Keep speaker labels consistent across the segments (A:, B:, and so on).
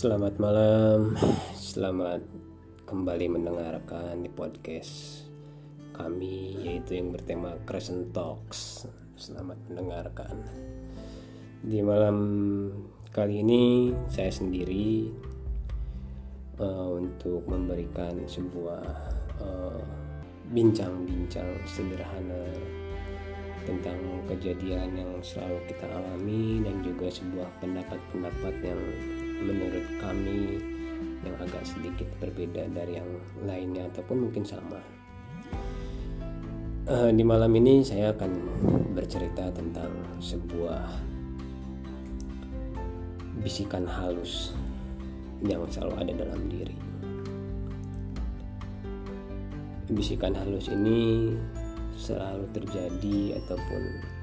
A: Selamat malam, selamat kembali mendengarkan di podcast kami, yaitu yang bertema Crescent Talks. Selamat mendengarkan. Di malam kali ini saya sendiri untuk memberikan sebuah bincang-bincang sederhana tentang kejadian yang selalu kita alami dan juga sebuah pendapat-pendapat yang menurut kami yang agak sedikit berbeda dari yang lainnya ataupun mungkin sama. Di malam ini saya akan bercerita tentang sebuah bisikan halus yang selalu ada dalam diri. Bisikan halus ini selalu terjadi ataupun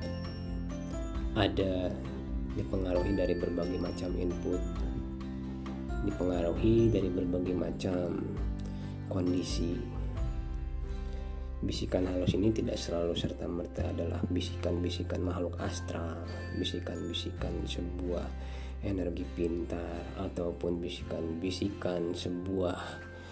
A: ada dipengaruhi dari berbagai macam input, dipengaruhi dari berbagai macam kondisi. Bisikan halus ini tidak selalu serta-merta adalah bisikan-bisikan makhluk astral, bisikan-bisikan sebuah energi pintar, ataupun bisikan-bisikan sebuah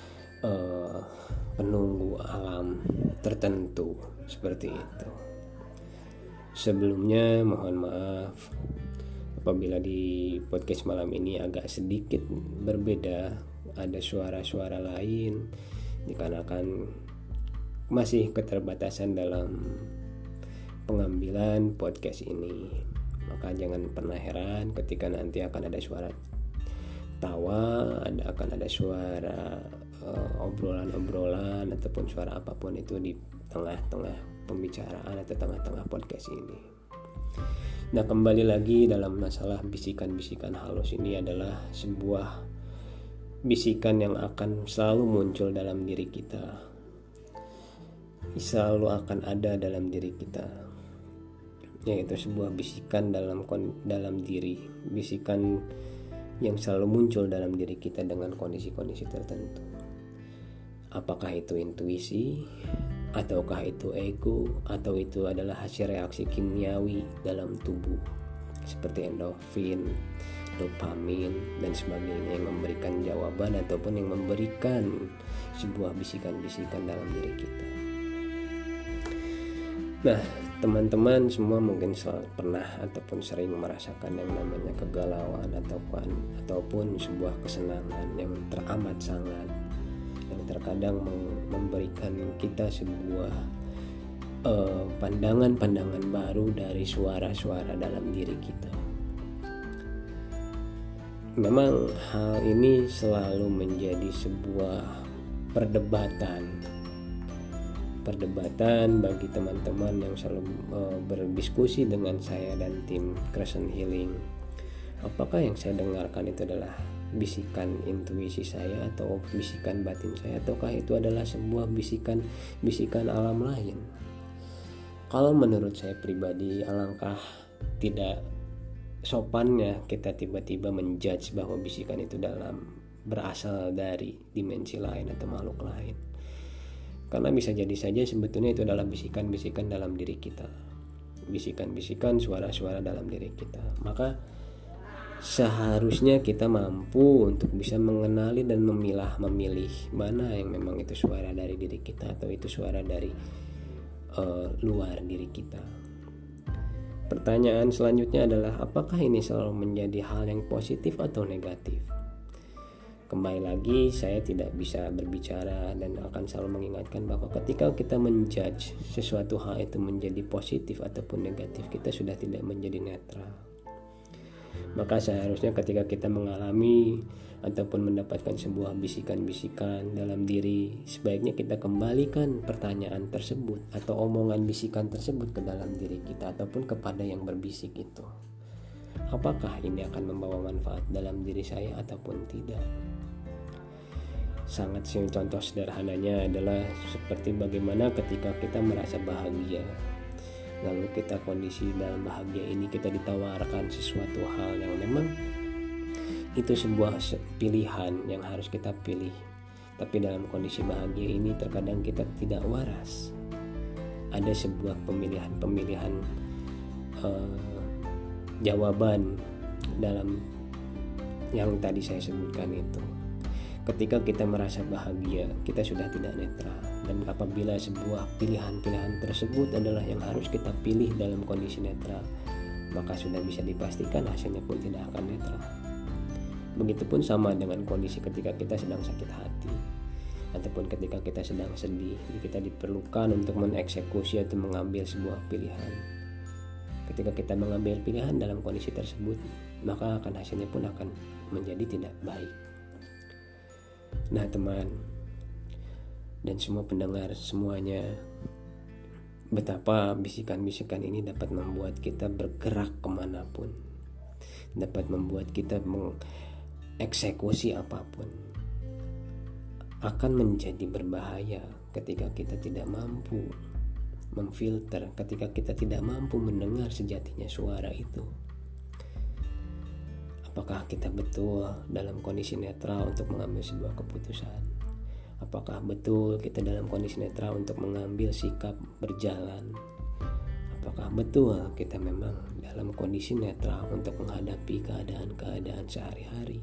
A: penunggu alam tertentu seperti itu. Sebelumnya mohon maaf apabila di podcast malam ini agak sedikit berbeda, ada suara-suara lain dikarenakan masih keterbatasan dalam pengambilan podcast ini. Maka jangan pernah heran ketika nanti akan ada suara tawa, akan ada suara obrolan-obrolan ataupun suara apapun itu di tengah-tengah pembicaraan atau tengah-tengah podcast ini. Nah, kembali lagi dalam masalah bisikan-bisikan halus ini adalah sebuah bisikan yang akan selalu muncul dalam diri kita, selalu akan ada dalam diri kita, yaitu sebuah bisikan dalam diri, bisikan yang selalu muncul dalam diri kita dengan kondisi-kondisi tertentu. Apakah itu intuisi, ataukah itu ego, atau itu adalah hasil reaksi kimiawi dalam tubuh seperti endorfin, dopamin, dan sebagainya yang memberikan jawaban ataupun yang memberikan sebuah bisikan-bisikan dalam diri kita. Nah, teman-teman semua mungkin pernah ataupun sering merasakan yang namanya kegalauan ataupun sebuah kesenangan yang teramat sangat, yang terkadang memberikan kita sebuah pandangan-pandangan baru dari suara-suara dalam diri kita. Memang hal ini selalu menjadi sebuah perdebatan bagi teman-teman yang selalu berdiskusi dengan saya dan tim Crescent Healing. Apakah yang saya dengarkan itu adalah bisikan intuisi saya atau bisikan batin saya, ataukah itu adalah sebuah bisikan alam lain? Kalau menurut saya pribadi, alangkah tidak sopannya kita tiba-tiba menjudge bahwa bisikan itu berasal dari dimensi lain atau makhluk lain. Karena bisa jadi saja sebetulnya itu adalah bisikan-bisikan dalam diri kita, bisikan-bisikan suara-suara dalam diri kita. Maka seharusnya kita mampu untuk bisa mengenali dan memilih mana yang memang itu suara dari diri kita atau itu suara dari luar diri kita. Pertanyaan selanjutnya adalah apakah ini selalu menjadi hal yang positif atau negatif? Kembali lagi, saya tidak bisa berbicara dan akan selalu mengingatkan bahwa ketika kita menjudge sesuatu hal itu menjadi positif ataupun negatif, kita sudah tidak menjadi netral. Maka seharusnya ketika kita mengalami ataupun mendapatkan sebuah bisikan-bisikan dalam diri, sebaiknya kita kembalikan pertanyaan tersebut atau omongan bisikan tersebut ke dalam diri kita ataupun kepada yang berbisik itu. Apakah ini akan membawa manfaat dalam diri saya ataupun tidak? Sangat contoh sederhananya adalah seperti bagaimana ketika kita merasa bahagia, lalu kita kondisi dalam bahagia ini kita ditawarkan sesuatu hal yang memang itu sebuah pilihan yang harus kita pilih, tapi dalam kondisi bahagia ini terkadang kita tidak waras. Ada sebuah pemilihan jawaban dalam yang tadi saya sebutkan itu. Ketika kita merasa bahagia, kita sudah tidak netral. Dan apabila sebuah pilihan-pilihan tersebut adalah yang harus kita pilih dalam kondisi netral, maka sudah bisa dipastikan hasilnya pun tidak akan netral. Begitupun sama dengan kondisi ketika kita sedang sakit hati, ataupun ketika kita sedang sedih, kita diperlukan untuk mengeksekusi atau mengambil sebuah pilihan. Ketika kita mengambil pilihan dalam kondisi tersebut, maka akan hasilnya pun akan menjadi tidak baik. Nah teman dan semua pendengar semuanya, betapa bisikan-bisikan ini dapat membuat kita bergerak kemanapun, dapat membuat kita mengeksekusi apapun. Akan menjadi berbahaya ketika kita tidak mampu memfilter, ketika kita tidak mampu mendengar sejatinya suara itu. Apakah kita betul dalam kondisi netral untuk mengambil sebuah keputusan? Apakah betul kita dalam kondisi netral untuk mengambil sikap berjalan? Apakah betul kita memang dalam kondisi netral untuk menghadapi keadaan-keadaan sehari-hari?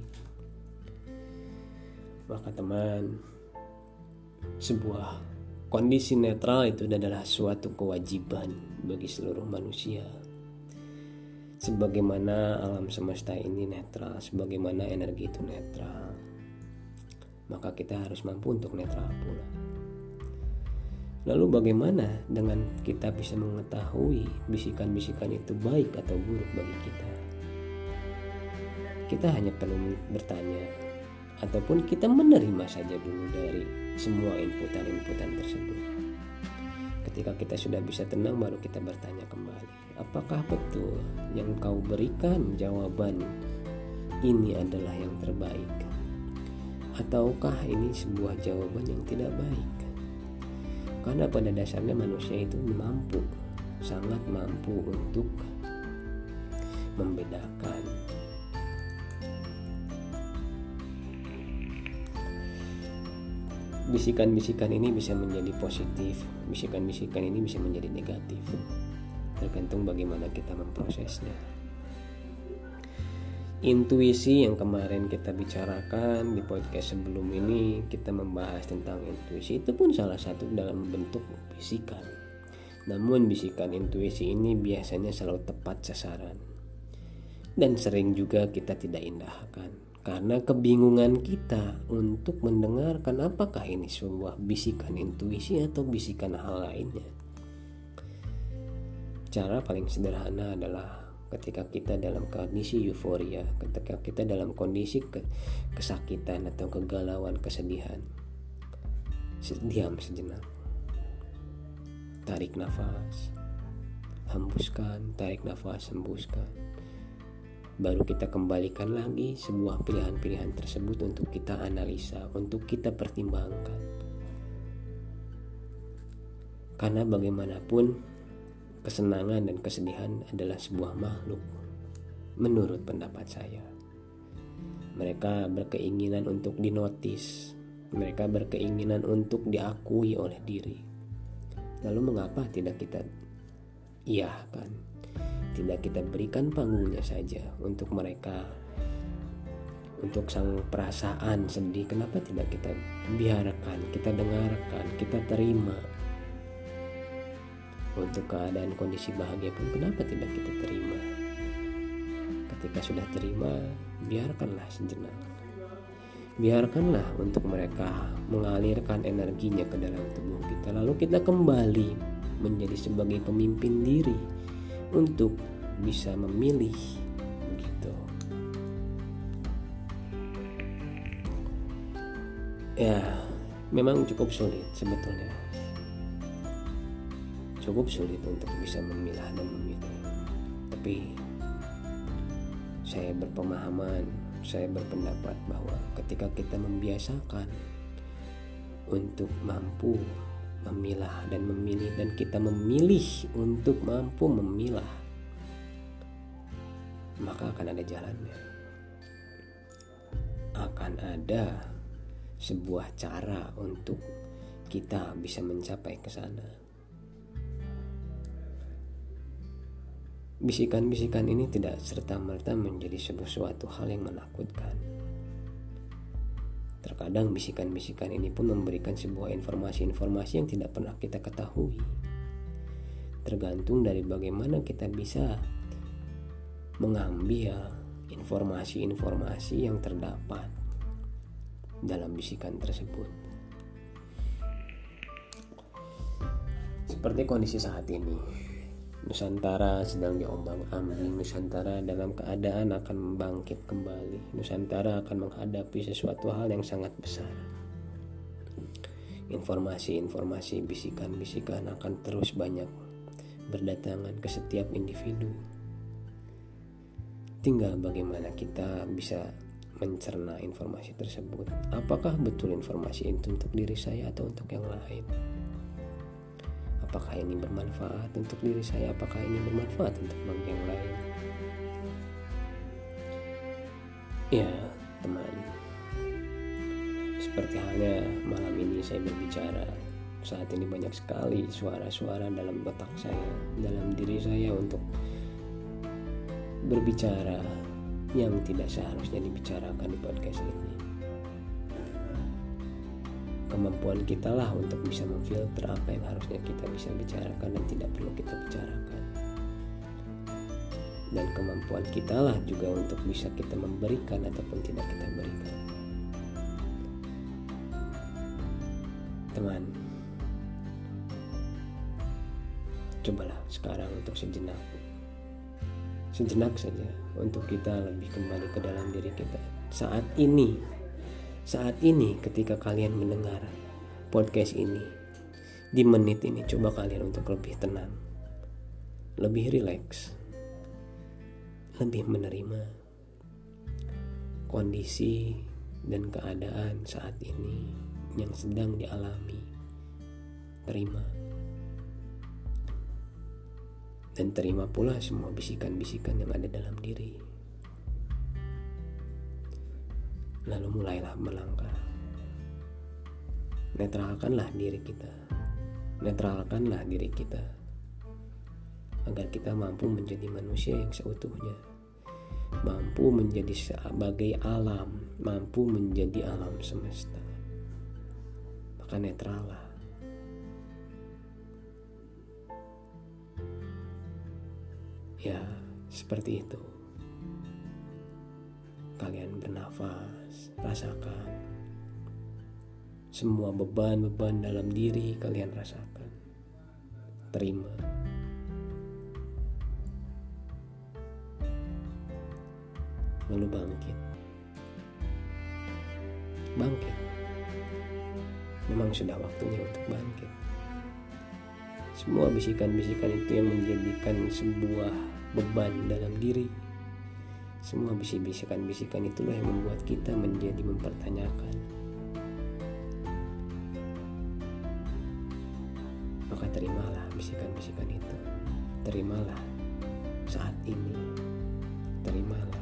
A: Maka teman, sebuah kondisi netral itu adalah suatu kewajiban bagi seluruh manusia. Sebagaimana alam semesta ini netral, sebagaimana energi itu netral, maka kita harus mampu untuk netral pula. Lalu bagaimana dengan kita bisa mengetahui bisikan-bisikan itu baik atau buruk bagi kita? Kita hanya perlu bertanya, ataupun kita menerima saja dulu dari semua inputan-inputan tersebut. Ketika kita sudah bisa tenang, baru kita bertanya kembali, apakah betul yang kau berikan jawaban ini adalah yang terbaik? Ataukah ini sebuah jawaban yang tidak baik? Karena pada dasarnya manusia itu mampu, sangat mampu untuk membedakan bisikan-bisikan ini bisa menjadi positif, bisikan-bisikan ini bisa menjadi negatif, tergantung bagaimana kita memprosesnya. Intuisi yang kemarin kita bicarakan di podcast sebelum ini, kita membahas tentang intuisi, itu pun salah satu dalam bentuk bisikan. Namun bisikan intuisi ini biasanya selalu tepat sasaran, dan sering juga kita tidak indahkan karena kebingungan kita untuk mendengarkan apakah ini sebuah bisikan intuisi atau bisikan hal lainnya. Cara paling sederhana adalah ketika kita dalam kondisi euforia, ketika kita dalam kondisi kesakitan atau kegalauan, kesedihan, diam sejenak, tarik nafas, hembuskan, tarik nafas, hembuskan. Baru kita kembalikan lagi sebuah pilihan-pilihan tersebut untuk kita analisa, untuk kita pertimbangkan. Karena bagaimanapun kesenangan dan kesedihan adalah sebuah makhluk, menurut pendapat saya. Mereka berkeinginan untuk dinotis, mereka berkeinginan untuk diakui oleh diri. Lalu mengapa tidak kita iyahkan? Tidak kita berikan panggungnya saja untuk mereka, untuk sang perasaan sedih. Kenapa tidak kita biarkan, kita dengarkan, kita terima? Untuk keadaan kondisi bahagia pun kenapa tidak kita terima? Ketika sudah terima, biarkanlah sejenak, biarkanlah untuk mereka mengalirkan energinya ke dalam tubuh kita. Lalu kita kembali menjadi sebagai pemimpin diri untuk bisa memilih, begitu. Ya, memang cukup sulit sebetulnya. Cukup sulit untuk bisa memilah dan memilih. Tapi saya berpemahaman, saya berpendapat bahwa ketika kita membiasakan untuk mampu memilah dan memilih, dan kita memilih untuk mampu memilah, maka akan ada jalannya, akan ada sebuah cara untuk kita bisa mencapai ke sana. bisikan-bisikan ini tidak serta-merta menjadi suatu hal yang menakutkan. Terkadang bisikan-bisikan ini pun memberikan sebuah informasi-informasi yang tidak pernah kita ketahui. Tergantung dari bagaimana kita bisa mengambil informasi-informasi yang terdapat dalam bisikan tersebut. Seperti kondisi saat ini, Nusantara sedang diombang-ambing. Nusantara dalam keadaan akan bangkit kembali. Nusantara akan menghadapi sesuatu hal yang sangat besar. Informasi-informasi, bisikan-bisikan akan terus banyak berdatangan ke setiap individu. Tinggal bagaimana kita bisa mencerna informasi tersebut. Apakah betul informasi itu untuk diri saya atau untuk yang lain? Apakah ini bermanfaat untuk diri saya? Apakah ini bermanfaat untuk bagi yang lain? Ya, teman. Seperti halnya malam ini saya berbicara. Saat ini banyak sekali suara-suara dalam otak saya, dalam diri saya untuk berbicara yang tidak seharusnya dibicarakan di podcast ini. Kemampuan kita lah untuk bisa memfilter apa yang harusnya kita bisa bicarakan dan tidak perlu kita bicarakan. Dan kemampuan kita lah juga untuk bisa kita memberikan ataupun tidak kita berikan. Teman, cobalah sekarang untuk sejenak saja untuk kita lebih kembali ke dalam diri kita. Saat ini ketika kalian mendengar podcast ini, di menit ini coba kalian untuk lebih tenang, lebih rileks, lebih menerima kondisi dan keadaan saat ini yang sedang dialami. Terima. Dan terima pula semua bisikan-bisikan yang ada dalam diri. Lalu mulailah melangkah. Netralkanlah diri kita agar kita mampu menjadi manusia yang seutuhnya, mampu menjadi sebagai alam, mampu menjadi alam semesta. Maka netrallah. Ya, seperti itu. Kalian bernafas, rasakan semua beban-beban dalam diri kalian rasakan. Terima. Lalu bangkit. Memang sudah waktunya untuk bangkit. Semua bisikan-bisikan itu yang menjadikan sebuah beban dalam diri. Semua bisikan-bisikan itulah yang membuat kita menjadi mempertanyakan. Maka terimalah bisikan-bisikan itu. Terimalah saat ini. Terimalah.